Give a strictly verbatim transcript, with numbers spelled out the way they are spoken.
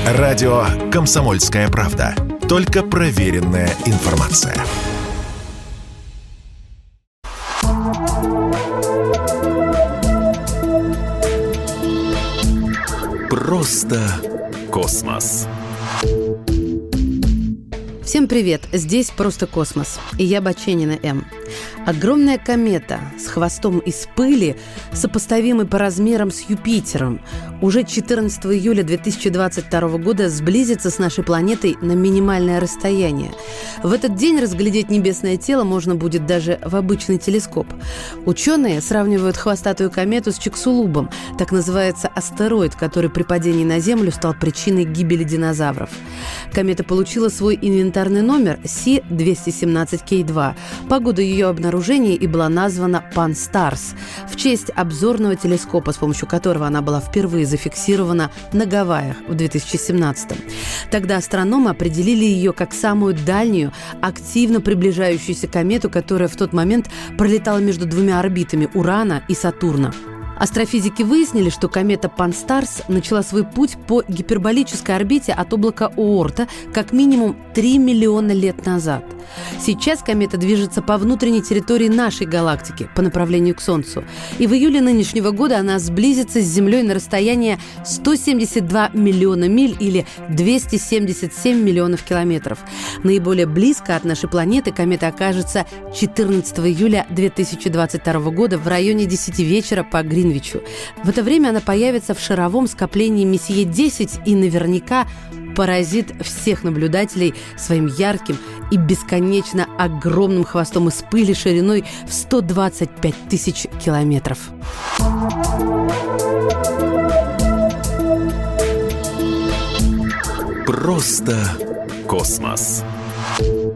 Радио «Комсомольская правда». Только проверенная информация. Просто космос. Всем привет! Здесь «Просто космос» и я Баченина М. Огромная комета с хвостом из пыли, сопоставимый по размерам с Юпитером, уже четырнадцатого июля две тысячи двадцать второго года сблизится с нашей планетой на минимальное расстояние. В этот день разглядеть небесное тело можно будет даже в обычный телескоп. Ученые сравнивают хвостатую комету с Чиксулубом, так называется астероид, который при падении на Землю стал причиной гибели динозавров. Комета получила свой инвентарный номер Си двести семнадцать Кей два по году ее обнаружения и была названа Пан-Старс в честь обзорного телескопа, с помощью которого она была впервые зафиксирована на Гавайях в две тысячи семнадцатом. Тогда астрономы определили ее как самую дальнюю, активно приближающуюся комету, которая в тот момент пролетала между двумя орбитами Урана и Сатурна. Астрофизики выяснили, что комета Пан-Старс начала свой путь по гиперболической орбите от облака Оорта как минимум три миллиона лет назад. Сейчас комета движется по внутренней территории нашей галактики по направлению к Солнцу. И в июле нынешнего года она сблизится с Землей на расстояние сто семьдесят два миллиона миль или двести семьдесят семь миллионов километров. Наиболее близко от нашей планеты комета окажется четырнадцатого июля две тысячи двадцать второго года в районе десяти вечера по Гринвичу. В это время она появится в шаровом скоплении Мессье десять и наверняка поразит всех наблюдателей своим ярким и бесконечно огромным хвостом из пыли шириной в сто двадцать пять тысяч километров. Просто космос.